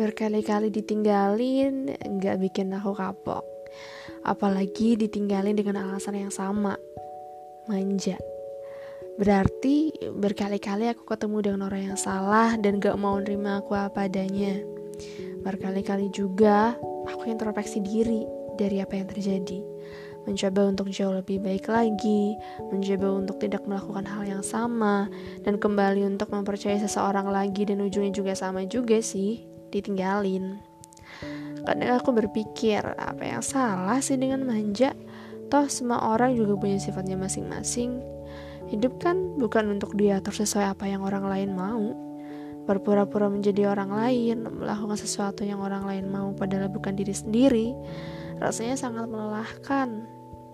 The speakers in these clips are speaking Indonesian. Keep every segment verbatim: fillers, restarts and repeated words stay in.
berkali-kali ditinggalin gak bikin aku kapok. Apalagi ditinggalin dengan alasan yang sama, manja. Berarti berkali-kali aku ketemu dengan orang yang salah dan gak mau nerima aku apa adanya. Berkali-kali juga aku introspeksi diri dari apa yang terjadi, mencoba untuk jauh lebih baik lagi, mencoba untuk tidak melakukan hal yang sama, dan kembali untuk mempercayai seseorang lagi, dan ujungnya juga sama juga sih, ditinggalin. Kadang aku berpikir, apa yang salah sih dengan manja? Toh semua orang juga punya sifatnya masing-masing. Hidup kan bukan untuk diatur sesuai apa yang orang lain mau. Berpura-pura menjadi orang lain, melakukan sesuatu yang orang lain mau padahal bukan diri sendiri, rasanya sangat melelahkan.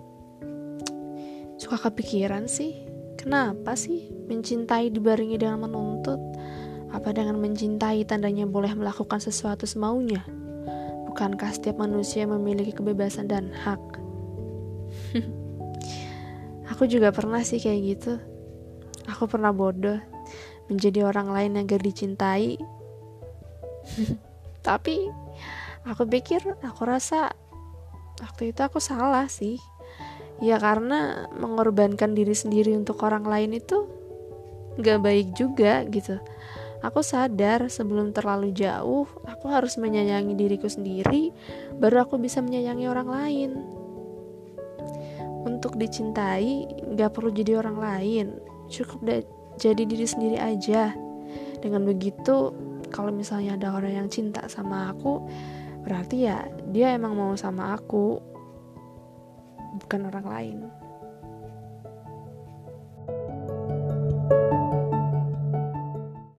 Suka kepikiran sih, kenapa sih mencintai dibarengi dengan menuntut? Apa dengan mencintai tandanya boleh melakukan sesuatu semaunya? Bukankah setiap manusia memiliki kebebasan dan hak? Aku juga pernah sih kayak gitu. Aku pernah bodoh menjadi orang lain yang gak dicintai. Tapi aku pikir, aku rasa waktu itu aku salah sih. Ya karena mengorbankan diri sendiri untuk orang lain itu gak baik juga gitu. Aku sadar sebelum terlalu jauh, aku harus menyayangi diriku sendiri, baru aku bisa menyayangi orang lain. Untuk dicintai gak perlu jadi orang lain, cukup da- jadi diri sendiri aja. Dengan begitu, kalau misalnya ada orang yang cinta sama aku, berarti ya dia emang mau sama aku, bukan orang lain.